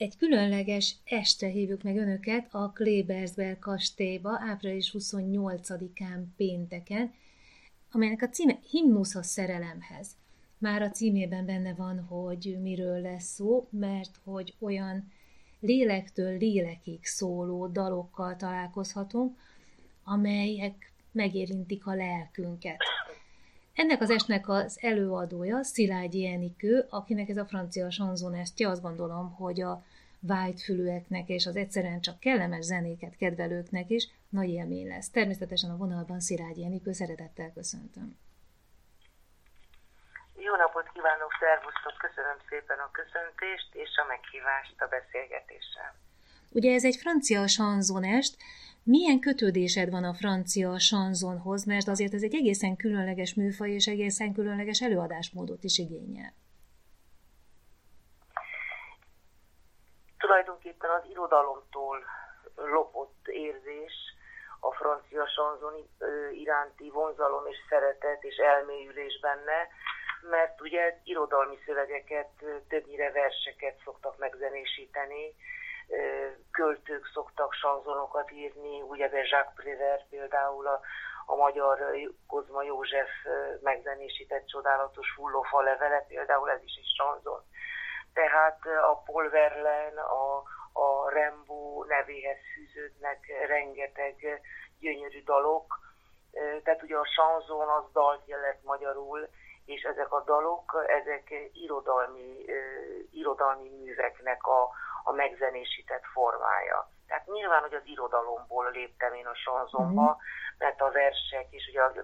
Egy különleges estre hívjuk meg Önöket a Klebersberg kastélyba április 28-án pénteken, amelynek a címe Himnusz a szerelemhez. Már a címében benne van, hogy miről lesz szó, mert hogy olyan lélektől lélekig szóló dalokkal találkozhatunk, amelyek megérintik a lelkünket. Ennek az estnek az előadója Szilágyi Enikő, akinek ez a francia sanzonestje, azt gondolom, hogy a vágyfülűeknek és az egyszerűen csak kellemes zenéket kedvelőknek is nagy élmény lesz. Természetesen a vonalban Szilágyi Enikő, szeretettel köszöntöm. Jó napot kívánok, szervusztok, köszönöm szépen a köszöntést és a meghívást a beszélgetésre. Ugye ez egy francia sanzonest, milyen kötődésed van a francia sanzonhoz, mert azért ez egy egészen különleges műfaj és egészen különleges előadásmódot is igényel. Tulajdonképpen az irodalomtól lopott érzés a francia sanzon iránti vonzalom és szeretet és elmélyülés benne, mert ugye irodalmi szövegeket, többnyire verseket szoktak megzenésíteni, költők szoktak sanzonokat írni, ugye Jacques Prévert például a magyar Kozma József megzenésített csodálatos Hullófa levele, például ez is egy sanzon. Tehát a Paul Verlaine, a Rimbaud nevéhez fűződnek rengeteg gyönyörű dalok, tehát ugye a sanzon az dalt jelent magyarul, és ezek a dalok, ezek irodalmi műveknek a megzenésített formája. Tehát nyilván, hogy az irodalomból léptem én a sanzonba, mert a versek és ugye a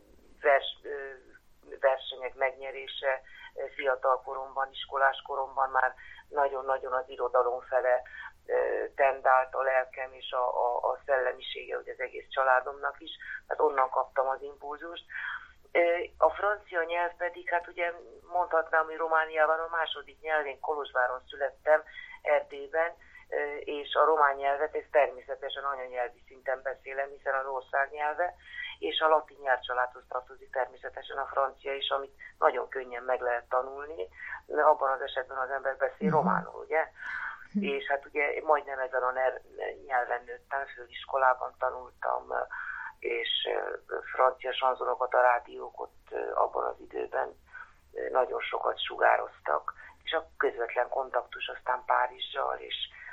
versenyek megnyerése fiatal koromban, iskolás koromban már nagyon-nagyon az irodalom fele tendált a lelkem és a szellemisége, hogy az egész családomnak is, tehát onnan kaptam az impulzust. A francia nyelv pedig, hát ugye mondhatnám, hogy Romániában a második nyelv, én Kolozsváron születtem, Erdélyben, és a román nyelvet ezt természetesen anyanyelvi szinten beszélem, hiszen az ország nyelve, és a latin nyelvcsaládhoz tartozik természetesen a francia is, amit nagyon könnyen meg lehet tanulni, abban az esetben az ember beszél románul, ugye? És hát ugye majdnem ezen a nyelven nőttem, főiskolában tanultam, és francia sanzonokat a rádiók ott abban az időben nagyon sokat sugároztak, és a közvetlen kontaktus aztán Párizsal és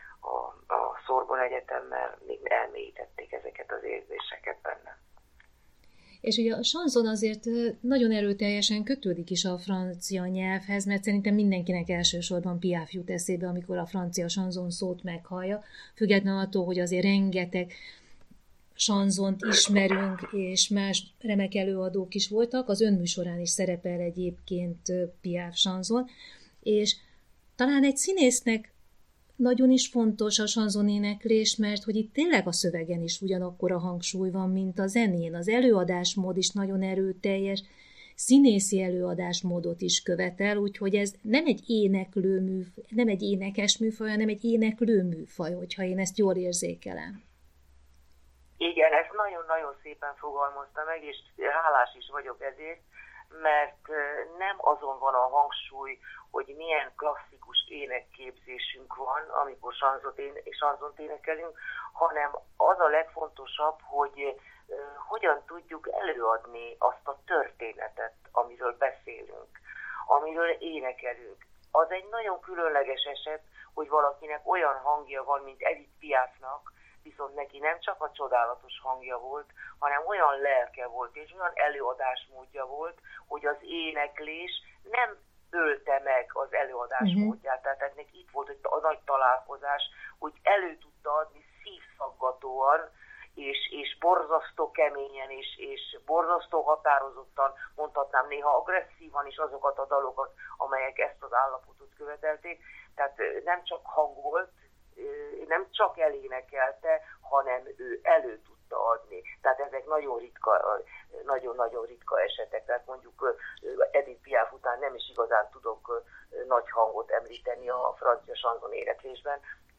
a Sorbonne Egyetemmel még elmélyítették ezeket az érzéseket benne. És ugye a sanzon azért nagyon erőteljesen kötődik is a francia nyelvhez, mert szerintem mindenkinek elsősorban Piaf jut eszébe, amikor a francia sanzon szót meghallja, függetlenül attól, hogy azért rengeteg sanzont ismerünk, és más remek előadók is voltak. Az önműsorán is szerepel egyébként Piaf sanzon, és talán egy színésznek nagyon is fontos a sanzonéneklés, mert hogy itt tényleg a szövegen is ugyanakkor a hangsúly van, mint a zenén. Az előadásmód is nagyon erőteljes, színészi előadásmódot is követel, úgyhogy ez nem egy nem egy énekes műfaj, hanem egy éneklő műfaj, hogyha én ezt jól érzékelem. Igen, ezt nagyon-nagyon szépen fogalmazta meg, és hálás is vagyok ezért, mert nem azon van a hangsúly, hogy milyen klasszikus énekképzésünk van, amikor sanzont énekelünk, hanem az a legfontosabb, hogy hogyan tudjuk előadni azt a történetet, amiről beszélünk, amiről énekelünk. Az egy nagyon különleges eset, hogy valakinek olyan hangja van, mint Edith Piafnak, viszont neki nem csak a csodálatos hangja volt, hanem olyan lelke volt, és olyan előadásmódja volt, hogy az éneklés nem ölte meg az előadásmódját. Tehát neki itt volt a nagy találkozás, hogy elő tudta adni szívszaggatóan, és borzasztó keményen, és borzasztó határozottan, mondhatnám néha agresszívan is azokat a dalokat, amelyek ezt az állapotot követelték. Tehát nem csak hangolt, nem csak elénekelte, hanem ő elő tudta adni. Tehát ezek nagyon-nagyon ritka esetek. Tehát mondjuk Edith Piaf után nem is igazán tudok nagy hangot említeni a francia sanzon éneklésben.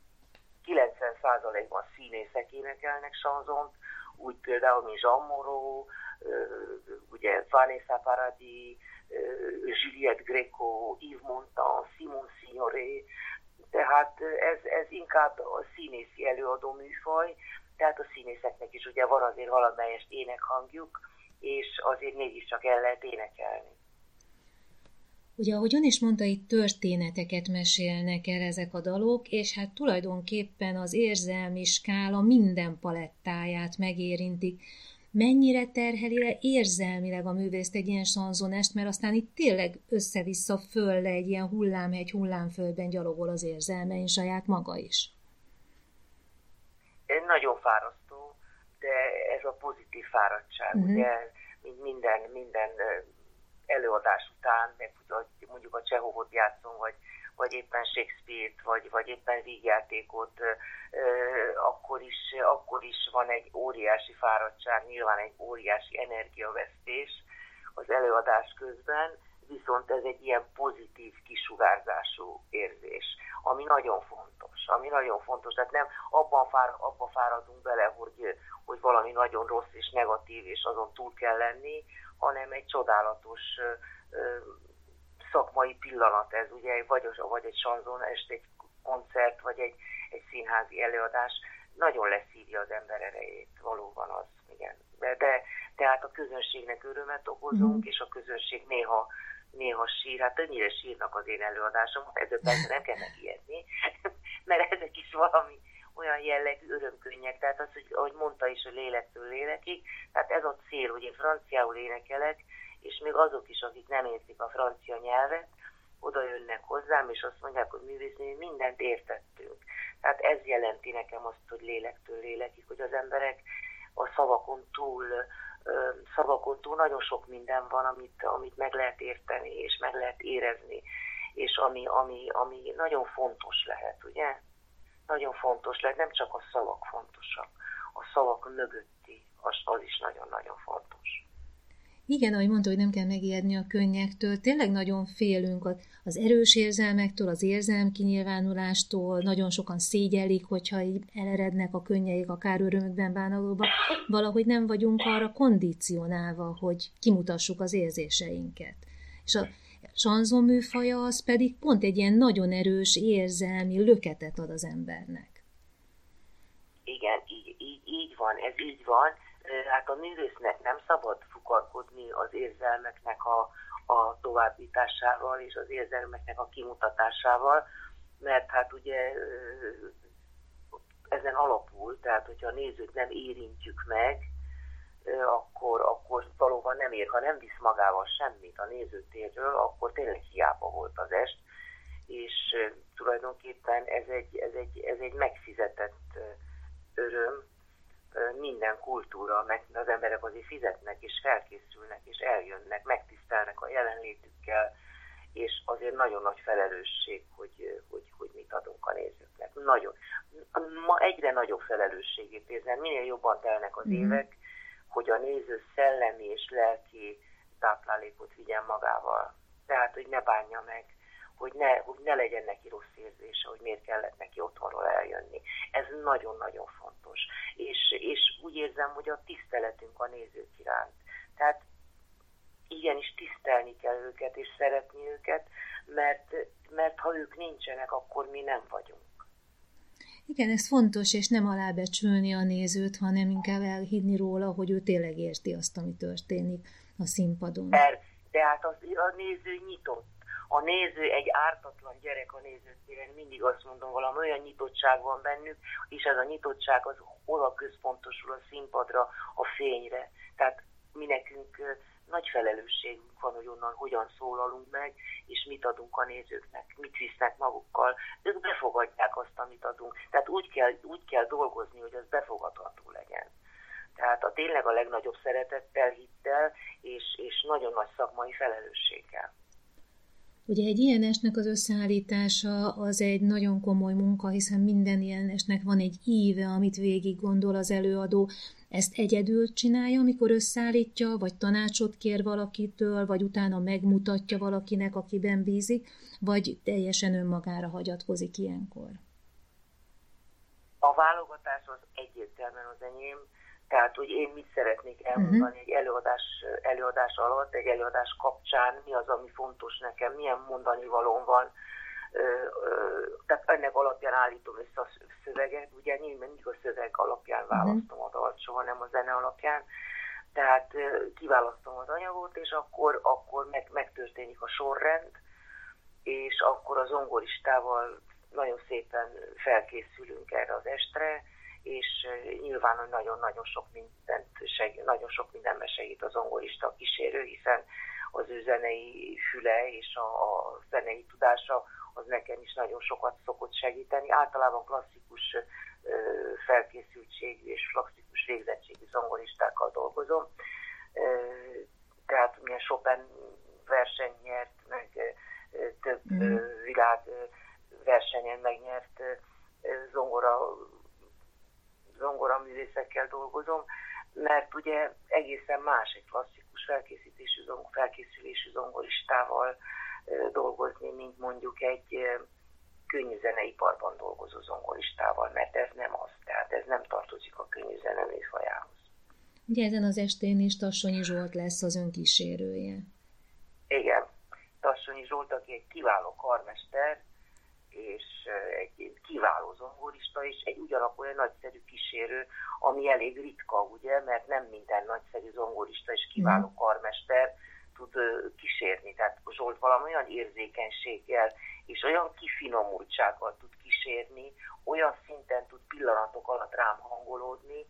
90%-ban színészek énekelnek sanzont, úgy például, mint Jean Moreau, ugye Vanessa Paradis, Juliette Gréco, Yves Montand, Simon Signoret, Tehát ez inkább a színészi előadó műfaj, tehát a színészeknek is ugye van azért valamelyest énekhangjuk, és azért mégiscsak el lehet énekelni. Ugye, ahogy ön is mondta, itt történeteket mesélnek el ezek a dalok, és hát tulajdonképpen az érzelmi skála minden palettáját megérintik. Mennyire terheli le érzelmileg a művészt egy ilyen sanzonest, mert aztán itt tényleg össze-vissza föl le egy ilyen hullámhegy, hullámföldben gyalogol az érzelmein saját maga is. Nagyon fárasztó, de ez a pozitív fáradtság, ugye, mint minden előadás után, meg mondjuk a Csehovot játszom, vagy éppen Shakespeare-t, vagy éppen vígjátékot, akkor is van egy óriási fáradtság, nyilván egy óriási energiavesztés az előadás közben, viszont ez egy ilyen pozitív kisugárzású érzés, ami nagyon fontos, tehát nem abban fáradunk bele, hogy valami nagyon rossz és negatív, és azon túl kell lenni, hanem egy csodálatos szakmai pillanat ez, ugye, vagy egy sanzonest, egy koncert, vagy egy színházi előadás, nagyon leszívja az ember erejét, valóban az, igen. De tehát a közönségnek örömet okozunk, és a közönség néha sír, hát többnyire sírnak az én előadásom, ezzel persze nem kell megijedni, mert ezek is valami olyan jellegű örömkönnyek, tehát az, hogy ahogy mondta is, hogy lélektől lélekig, tehát ez a cél, hogy én franciául énekelek, és még azok is, akik nem értik a francia nyelvet, oda jönnek hozzám, és azt mondják, hogy művésznő, mindent értettünk. Tehát ez jelenti nekem azt, hogy lélektől lélekig, hogy az emberek a szavakon túl nagyon sok minden van, amit meg lehet érteni, és meg lehet érezni, és ami nagyon fontos lehet, ugye? Nagyon fontos lehet, nem csak a szavak fontosak, a szavak mögötti, az is nagyon-nagyon fontos. Igen, ahogy mondta, hogy nem kell megijedni a könnyektől, tényleg nagyon félünk az erős érzelmektől, az érzelmkinyilvánulástól, nagyon sokan szégyellik, hogyha így elerednek a könnyeik, akár örömükben, bánalóban, valahogy nem vagyunk arra kondicionálva, hogy kimutassuk az érzéseinket. És a sanzon műfaja az pedig pont egy ilyen nagyon erős érzelmi löketet ad az embernek. Igen, így van, ez így van. Hát a művésznek nem szabad fukarkodni az érzelmeknek a továbbításával és az érzelmeknek a kimutatásával, mert hát ugye ezen alapul, tehát hogyha a nézőt nem érintjük meg, akkor valóban nem ér, ha nem visz magával semmit a nézőtérről, akkor tényleg hiába volt az est, és tulajdonképpen ez egy megfizetett öröm, minden kultúra, meg az emberek azért fizetnek, és felkészülnek, és eljönnek, megtisztelnek a jelenlétükkel, és azért nagyon nagy felelősség, hogy mit adunk a nézőknek. Nagyon. Ma egyre nagyobb felelősségét érzem, minél jobban telnek az évek, hogy a néző szellemi és lelki táplálékot vigyen magával. Tehát, hogy ne bánja meg, hogy ne legyen neki rossz érzése, hogy miért kellett neki otthonról eljönni. Ez nagyon-nagyon fontos. És úgy érzem, hogy a tiszteletünk a nézők iránt. Tehát igenis tisztelni kell őket, és szeretni őket, mert ha ők nincsenek, akkor mi nem vagyunk. Igen, ez fontos, és nem alábecsülni a nézőt, hanem inkább elhinni róla, hogy ő tényleg érti azt, ami történik a színpadon. Tehát a néző nyitott. A néző egy ártatlan gyerek a nézőtéren, mindig azt mondom, valami olyan nyitottság van bennük, és ez a nyitottság az oda központosul a színpadra, a fényre. Tehát mi nekünk nagy felelősségünk van, hogy onnan hogyan szólalunk meg, és mit adunk a nézőknek, mit visznek magukkal. Ők befogadják azt, amit adunk. Tehát úgy kell dolgozni, hogy az befogadható legyen. Tehát tényleg a legnagyobb szeretettel, hittel, és nagyon nagy szakmai felelősséggel. Ugye egy ilyen estnek az összeállítása az egy nagyon komoly munka, hiszen minden ilyen estnek van egy íve, amit végig gondol az előadó. Ezt egyedül csinálja, amikor összeállítja, vagy tanácsot kér valakitől, vagy utána megmutatja valakinek, akiben bízik, vagy teljesen önmagára hagyatkozik ilyenkor? A válogatás az egyértelműen az enyém. Tehát, hogy én mit szeretnék elmondani egy előadás alatt, egy előadás kapcsán, mi az, ami fontos nekem, milyen mondani valóm van. Tehát ennek alapján állítom össze a szöveget, ugye mindig a szöveg alapján választom a dalt, soha nem a zene alapján. Tehát kiválasztom az anyagot, és akkor megtörténik a sorrend, és akkor a zongoristával nagyon szépen felkészülünk erre az estre, és nyilván, hogy nagyon sok mindenben segít a zongorista, a kísérő, hiszen az ő zenei füle és a zenei tudása az nekem is nagyon sokat szokott segíteni. Általában klasszikus felkészültségű és klasszikus végzettségű zongoristákkal dolgozom. Tehát milyen Chopin versenyt nyert, meg több világ versenyen megnyert zongora művészekkel dolgozom, mert ugye egészen más egy klasszikus felkészülésű zongoristával dolgozni, mint mondjuk egy könnyű zeneiparban dolgozó zongoristával, mert ez nem az, tehát ez nem tartozik a könnyű zene műfajához. Ugye ezen az estén is Tassonyi Zsolt lesz az önkísérője. Igen, Tassonyi Zsolt, aki egy kiváló karmester, és egy kiváló zongorista, és egy ugyanakkor egy nagyszerű kísérő, ami elég ritka, ugye, mert nem minden nagyszerű zongorista és kiváló karmester tud kísérni. Tehát Zsolt valami olyan érzékenységgel és olyan kifinomultsággal tud kísérni, olyan szinten tud pillanatok alatt rám hangolódni,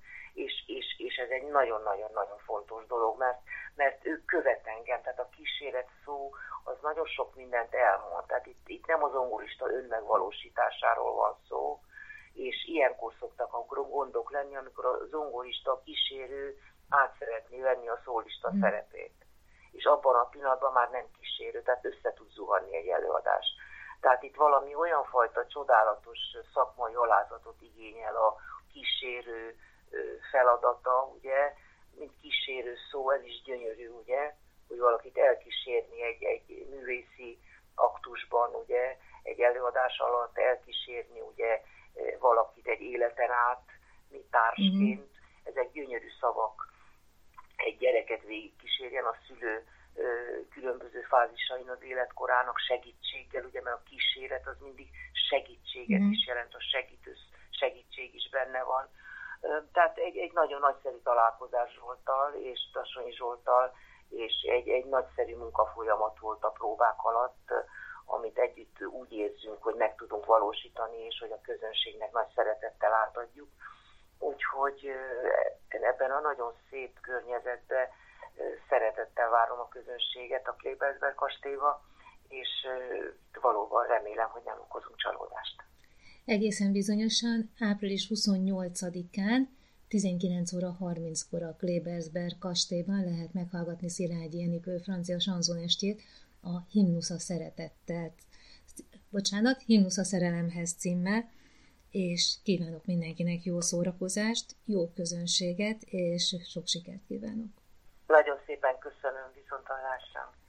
és ez egy nagyon-nagyon-nagyon fontos dolog, mert ő követ engem, tehát a kíséret szó az nagyon sok mindent elmond. Tehát itt nem a zongorista önmegvalósításáról van szó, és ilyenkor szoktak a gondok lenni, amikor a zongorista, a kísérő át szeretné venni a szólista szerepét. És abban a pillanatban már nem kísérő, tehát össze tud zuhanni egy előadás. Tehát itt valami olyan fajta csodálatos szakmai alázatot igényel a kísérő feladata, ugye, mint kísérő szó, ez is gyönyörű, ugye, hogy valakit elkísérni egy művészi aktusban, ugye, egy előadás alatt elkísérni, ugye, valakit egy életen át, mint társként. Ezek gyönyörű szavak. Egy gyereket végigkísérjen a szülő különböző fázisain az életkorának segítséggel, ugye, mert a kíséret az mindig segítséget is jelent, a segítség is benne van. Tehát egy nagyon nagyszerű találkozás Zsolttal és Tassonyi Zsolttal, és egy nagyszerű munkafolyamat volt a próbák alatt, amit együtt úgy érzünk, hogy meg tudunk valósítani, és hogy a közönségnek nagy szeretettel átadjuk. Úgyhogy ebben a nagyon szép környezetben szeretettel várom a közönséget a Klebersberg kastélyba, és valóban remélem, hogy nem okozunk csalódást. Egészen bizonyosan április 28-án 19 óra 30-kor a Klebersberg kastélyban lehet meghallgatni Szilágyi Enikő francia sanzonestjét, a Himnusz a szeretettel, Himnusz a szerelemhez címmel, és kívánok mindenkinek jó szórakozást, jó közönséget, és sok sikert kívánok. Nagyon szépen köszönöm, viszonthallásra.